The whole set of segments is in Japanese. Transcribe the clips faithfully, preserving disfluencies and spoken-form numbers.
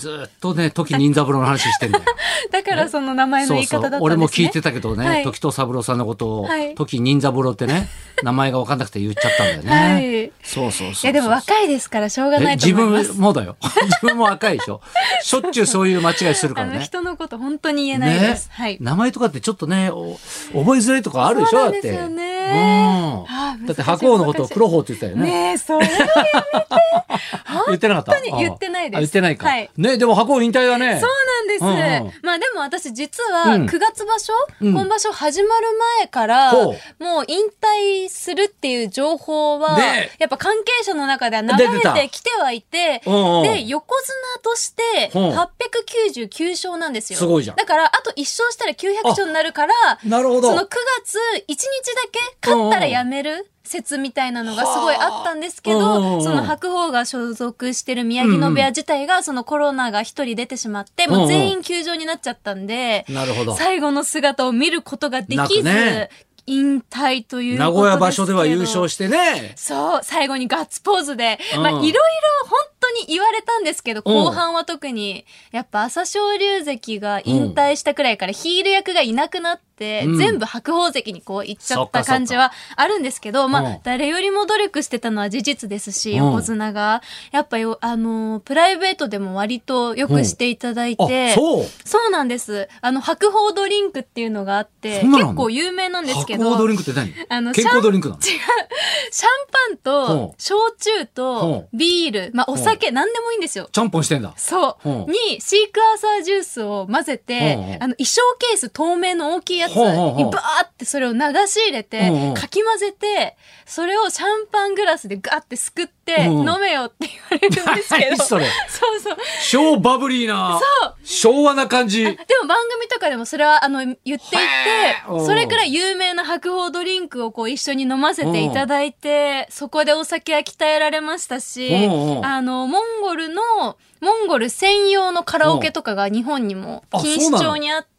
ずっとね時任三郎の話してんだよだからその名前の言い方だったんですね。そうそう俺も聞いてたけどね、 はい、 時任三郎さんのことを、はい、時任三郎ってね名前が分かんなくて言っちゃったんだよね、はい、そうそうそうそう。 いやでも若いですからしょうがないと思います。 自分もだよ自分も若いでしょしょっちゅうそういう間違いするからね。 あの人のこと本当に言えないです、 ね、 はい、 名前とかってちょっとね覚えづらいとかあるでしょ。 そうなんですよね、 うん、だって白鵬のことを黒鵬って言ってたよね。 ねえそれはやめて言ってなかった。 本当に言ってないです。 言ってないか、 はい、 ね。でも白鵬引退だね。 そうなんです、うんうん、まあでも私実はくがつ場所、うん、本場所始まる前から、うん、もう引退するっていう情報はやっぱ関係者の中では流れてきてはいて、で横綱としてはっぴゃくきゅうじゅうきゅう勝なんですよ。 すごいじゃん。 だからあといっ勝したらきゅうひゃく勝になるから、 なるほど。 そのくがついちにちだけ勝ったらやめる説みたいなのがすごいあったんですけど、その白鵬が所属してる宮城野部屋自体がそのコロナが一人出てしまって、もう全員休場になっちゃったんで、 なるほど。 最後の姿を見ることができず、ね、引退ということですけど。 名古屋場所では優勝してね。 そう、最後にガッツポーズで、まあいろいろ本当に言われたんですけど、後半は特にやっぱ朝青龍関が引退したくらいからヒール役がいなくなって、うん、全部白鵬関にこう行っちゃった感じはあるんですけど、まあ誰よりも努力してたのは事実ですし、うん、横綱がやっぱよあのプライベートでも割とよくしていただいて、 うん、そうそうなんです。あの白鵬ドリンクっていうのがあって結構有名なんですけど、 白鵬ドリンクって何？ あの健康ドリンクなの？ 違う、シャンパンと焼酎とビール、まあお酒何でもいいんですよ。 ちゃんぽんしてんだ。 そうにシークワーサージュースを混ぜて、あの衣装ケース透明の大きいやつにバーってそれを流し入れてかき混ぜて、それをシャンパングラスでガーってすくって飲めよって言われるんですけど、 それそうそう、 超バブリーな、 そう昭和な感じ。でも番組とかでもそれはあの言っていて、それくらい有名な白鵬ドリンクをこう一緒に飲ませていただいて、そこでお酒は鍛えられましたし、あのモンゴルのモンゴル専用のカラオケとかが日本にも錦糸町にあって、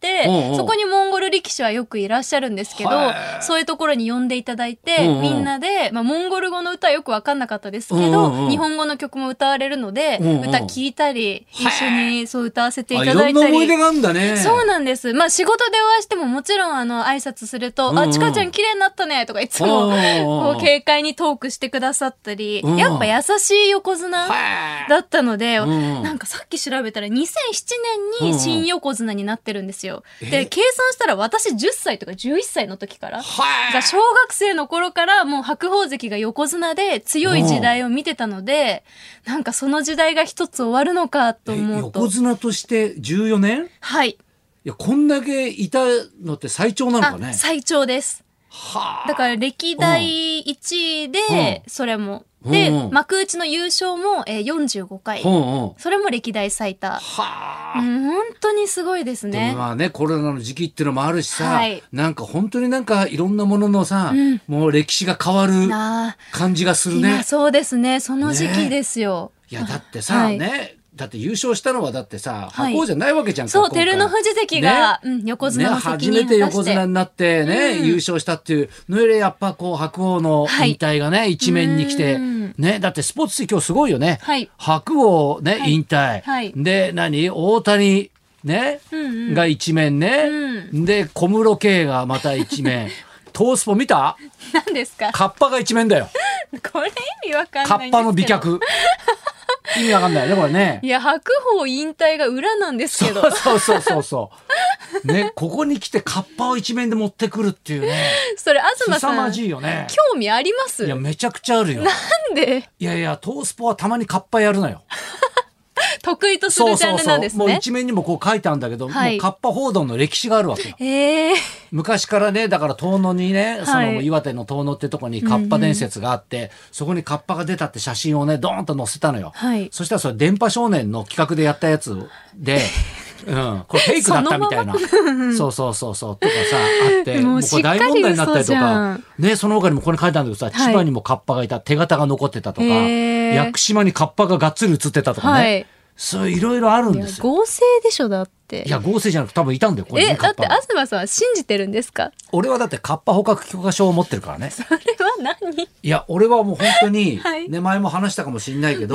そこにモンゴル力士はよくいらっしゃるんですけど、そういうところに呼んでいただいて、みんなで、まあ、モンゴル語の歌はよく分かんなかったですけど、日本語の曲も歌われるので、歌聴いたり一緒にそう歌わせていただいたり、いろんな思い出があるんだね。 そうなんです。まあ仕事でお会いしてももちろんあの挨拶すると、あ、ちかちゃん綺麗になったねとかいつもこう軽快にトークしてくださったり、やっぱ優しい横綱だったので、なんかさっき調べたらにせんななねんに新横綱になってるんですよ。で、計算したら私じゅっさいとかじゅういっさいの時から、が小学生の頃からもう白鵬関が横綱で強い時代を見てたので、なんかその時代が一つ終わるのかと思うと。 横綱としてじゅうよねん？ はい。いや、こんだけいたのって最長なのかね？ 最長です。はあ、だから歴代いちいで、それも。で、うんうん、幕内の優勝も、えー、よんじゅうごかい、うんうん、それも歴代最多。はあ、うん、本当にすごいですね。 でもまあね、コロナの時期っていうのもあるしさ、はい、なんか本当になんかいろんなもののさ、うん、もう歴史が変わる感じがするね。 そうですね、その時期ですよ。 ね、いやだってさ、はい、ね。だって優勝したのはだってさ、白鵬じゃないわけじゃんか。 そう、照ノ富士関が、ね、うん、横綱の責任を果たして、ね、初めて横綱になってね、うん、優勝したっていうのよりやっぱこう白鵬の引退がね、はい、一面に来て、ね、だってスポーツ今日すごいよね。はい、白鵬ね、はい、引退、はい、で何大谷ね、うんうん、が一面ね、うん、で小室圭がまた一面。トースポ見た？ 何ですか？ カッパが一面だよ。 これ意味わかんないんですけど。 カッパの美脚。意味わかんないねこれね。 いや白鵬引退が裏なんですけど。 そうそうそうそうね、ここに来てカッパを一面で持ってくるっていうね。 それ東さん凄まじいよね。 興味あります？ いやめちゃくちゃあるよ。 なんで？いやいやトースポはたまにカッパやるのよ。 得意とするジャンルなんですね。 そうそうそう、もう一面にもこう書いてあるんだけど、はい、もうカッパ報道の歴史があるわけよ。 えー、 昔からね、だから遠野にね、その岩手の遠野ってとこにカッパ伝説があって、うんうん、そこにカッパが出たって写真をねドーンと載せたのよ。はい、そしたらそれ電波少年の企画でやったやつで。うん、これフェイクだったみたいなそうそうそうそうとかさあってもうこれ大問題になったりとかね、その他にもここに書いてあるんだけどさ、はい、千葉にもカッパがいた、手形が残ってたとか、屋久島にカッパががっつり写ってたとかね、はい、そういろいろあるんですよ。 合成でしょだって。いや合成じゃなくて多分いたんだよこれ、ね、 えだって東さんは信じてるんですか？ 俺はだってカッパ捕獲許可証を持ってるからね。 それは何？ いや俺はもう本当に、はい、ね前も話したかもしれないけど、うん、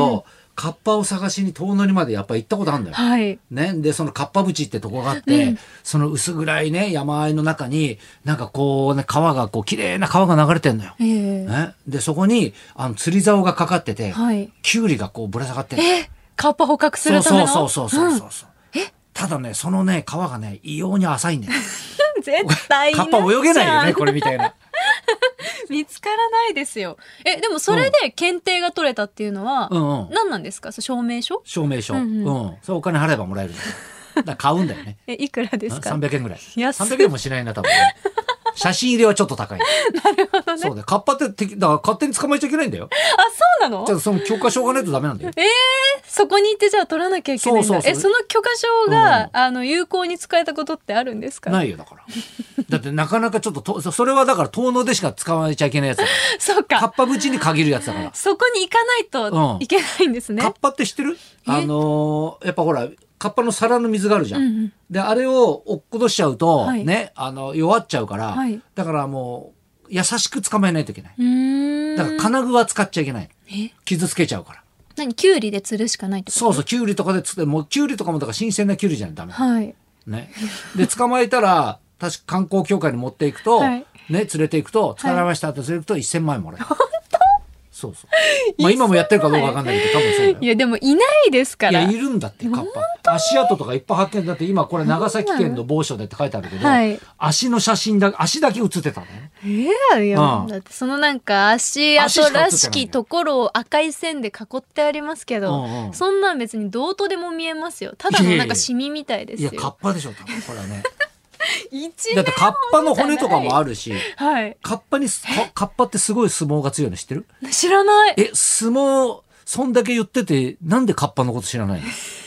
カッパを探しに遠野にまでやっぱ行ったことあるんだよ。 はい。 ね、でそのカッパ淵ってとこがあって、うん、その薄暗いね山あいの中になんかこうね川がこう綺麗な川が流れてんのよ。えーね、でそこにあの釣り竿がかかってて、はい、キュウリがこうぶら下がってる。 えー、カッパ捕獲するための。 そうそうそうそうそうそう。うん、えただねそのね川がね異様に浅いんだよ。 絶対カッパ泳げないよねこれみたいな。 見つからないですよ。えでもそれで検定が取れたっていうのは、うんうん、何なんですか？証明書？ 証明書。うん、うんうん、それお金払えばもらえる。だから買うんだよね。 えいくらですか？ さんびゃくえんぐらい。さんびゃくえんもしないな多分ね。写真入れはちょっと高い。 なるほどね。 そうだよ。カッパってだから勝手に捕まえちゃいけないんだよ。 あそうなの？ じゃあその許可証がないとダメなんだよ。 えー、そこに行ってじゃあ取らなきゃいけないんだ。そうそうそう。えその許可証が、うん、あの有効に使えたことってあるんですか？ ないよだから。だってなかなかちょっととそれはだから遠野でしか使われちゃいけないやつだから。 そうか。 カッパ淵に限るやつだから。 そこに行かないといけないんですね。 うん、カッパって知ってる？あのー、やっぱほら。カッパの皿の水があるじゃん。うんうん、であれを落っことしちゃうと、はい、ねあの弱っちゃうから、はい、だからもう優しく捕まえないといけない。うーんだから金具は使っちゃいけない。傷つけちゃうから。 何キュウリで釣るしかないってこと？ そうそうキュウリとかで釣ってもうキュウリとかもだから新鮮なキュウリじゃないとダメ。はい。ねで捕まえたら確か観光協会に持っていくと、はい、ね連れていくと捕まえましたって連れていくといっせんまんえんもらえる。そうそう。まあ今もやってるかどうかわかんないけど多分そうだよ。 いやでもいないですから。 いやいるんだってカッパ。足跡とかいっぱい発見だって今これ長崎県の某所でって書いてあるけど、はい、足の写真だ足だけ写ってたのね。 ええいや、うん、だってそのなんか足跡らしきところを赤い線で囲ってありますけど、うんうん、そんなん別にどうとでも見えますよ。ただのなんかシミみたいですよ。 いやカッパでしょ多分これはね。だってカッパの骨とかもあるし、はい、カッパにカッパってすごい相撲が強いの知ってる？ 知らない。 え相撲そんだけ言っててなんでカッパのこと知らないの？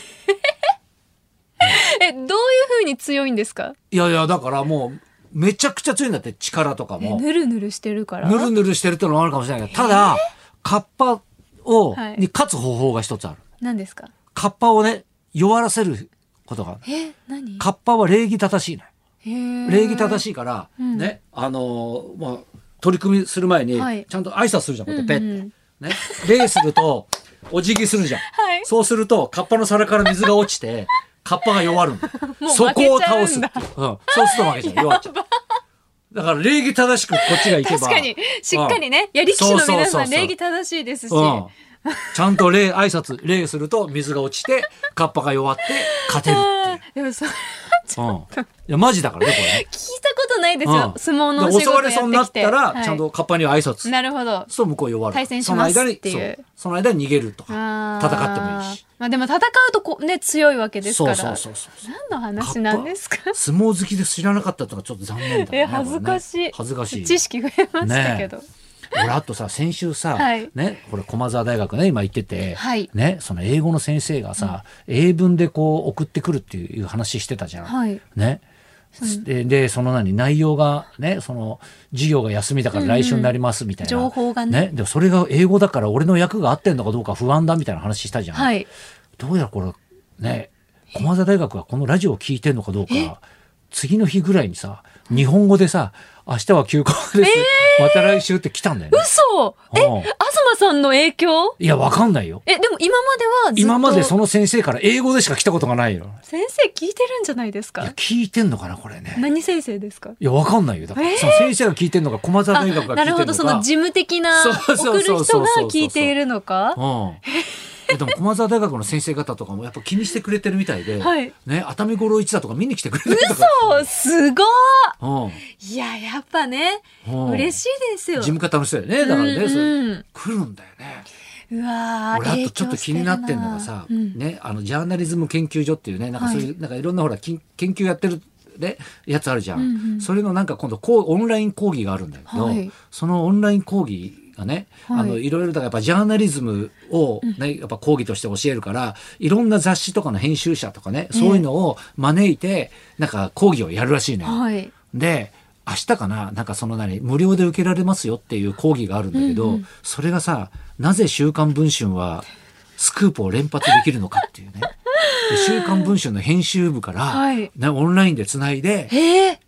えどういう風に強いんですか？いやいやだからもうめちゃくちゃ強いんだって力とかも。 ぬるぬるしてるから。 ぬるぬるしてるってのもあるかもしれないけど、ただカッパを、はい、に勝つ方法が一つある。 何ですか？ カッパをね弱らせることがある。 え何？ カッパは礼儀正しいのよ。礼儀正しいから、うん、ねあのー、まあ取り組みする前に、はい、ちゃんと挨拶するじゃんこうやってペッて、うんうん、ね礼するとお辞儀するじゃん、はい、そうするとカッパの皿から水が落ちてカッパが弱るんだそこを倒すっていう、うん、そうすると負けちゃう弱っちゃうだから礼儀正しくこっちがいけば確かにしっかりね、うん、いや力士の皆さん礼儀正しいですし、うん、 ちゃんと礼挨拶礼すると水が落ちてカッパが弱って勝てるっていう。でもそれちょっと、うん、いやマジだからねこれね。 聞いたことないですよ、うん、相撲のお仕事やってきて襲われそうになったら、はい、ちゃんとカッパには挨拶。なるほど。そう向こう弱る。対戦しますっていう。その間に逃げるとか戦ってもいいし。 まあでも戦うとこね強いわけですから。 そうそうそうそう。 何の話なんですか。 相撲好きで知らなかったとかちょっと残念だね。 え恥ずかしい、ね。 恥ずかしい。 知識増えましたけど。ね俺あとさ先週さ、はい、ねこれ駒澤大学ね今行ってて、はい、ねその英語の先生がさ、うん、英文でこう送ってくるっていう話してたじゃん、はい、ね、うん、で, でその何内容がねその授業が休みだから来週になりますみたいな、 うんうん、情報が ね, ねでそれが英語だから俺の訳が合ってんのかどうか不安だみたいな話したじゃん、はい、どうやらこれね駒澤大学がこのラジオを聞いてんのかどうか次の日ぐらいにさ日本語でさ明日は休校です、えー、また来週って来たんだよね。 嘘え、東さんの影響？ いやわかんないよ。 えでも今まではずっと今までその先生から英語でしか来たことがないよ。 先生聞いてるんじゃないですか？ いや聞いてんのかなこれね。 何先生ですか？ いやわかんないよ。だから、えー、その先生が聞いてんのか駒澤大学が聞いてんのか。 なるほどその事務的な送る人が聞いているのか。 でも駒澤大学の先生方とかもやっぱ気にしてくれてるみたいで、はい、ね熱海五郎一座とか見に来てくれてるとか。 嘘すごい。いややっぱね嬉しいですよ。 事務方の人だよねだからね、うんうん、来るんだよね。 うわ俺あとちょっと気になってんのがさ、うん、ねあのジャーナリズム研究所っていうねなんかそういう、はい、なんかいろんなほら研究やってるね、やつあるじゃん、うんうん、それのなんか今度こうオンライン講義があるんだけど、はい、そのオンライン講義がね、はい、あのいろいろだからやっぱジャーナリズムを、ねうん、やっぱ講義として教えるからいろんな雑誌とかの編集者とかね、そういうのを招いてなんか講義をやるらしいのよ、はい、で明日かななんかその何無料で受けられますよっていう講義があるんだけど、うんうん、それがさなぜ週刊文春はスクープを連発できるのかっていうね週刊文春の編集部から、はいね、オンラインでつないで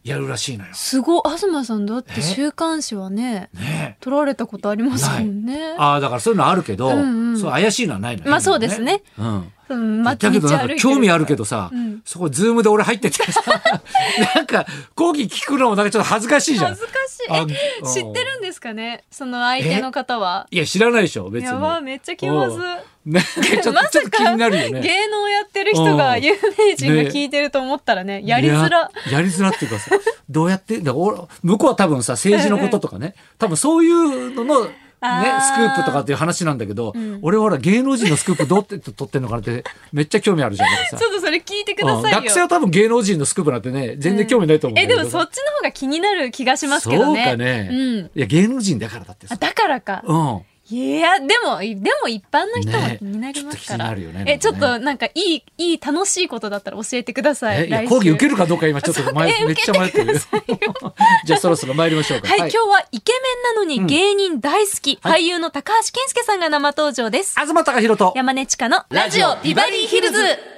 やるらしいのよ。 すごい。東さんだって週刊誌はね、ね取られたことありますもんね。 ああ、だからそういうのあるけど、うんうん、そう怪しいのはないのよ。 まあそうですね。 うんうん、だけどなんか興味あるけどさ、うん、そこズームで俺入っててさなんか講義聞くのもなんかちょっと恥ずかしいじゃん。 恥ずかしい。え、知ってるんですかね、その相手の方は。 いや知らないでしょ別に。 やば、めっちゃ気まず。 ね、ちょっと、ま、ちょっと気になるよね。 芸能やってる人が有名人が聞いてると思ったらね、やりづら。 やりづらっていうかさ、どうやってだ俺向こうは多分さ政治のこととかね、多分そういうののね、スクープとかっていう話なんだけど、うん、俺はほら芸能人のスクープどうやって撮ってんのかなってめっちゃ興味あるじゃん。 ちょっとそれ聞いてくださいよ、うん、 学生は多分芸能人のスクープなんてね全然興味ないと思うんだけど、 うん、えでもそっちの方が気になる気がしますけどね。 そうかね、うん、いや芸能人だからだってさ。 だからか。 うん。 いや、でも、でも一般の人も気になりますから。ね、ちょっと気になるよね。え、ちょっとなんかいい、いい楽しいことだったら教えてください。 え、いや、講義受けるかどうか今ちょっと迷めっちゃ迷ってる。じゃあそろそろ参りましょうか。 はい、はい、今日はイケメンなのに芸人大好き、うん、俳優の高橋健介さんが生登場です。 東貴博と山根千佳のラジオビバリーヒルズ。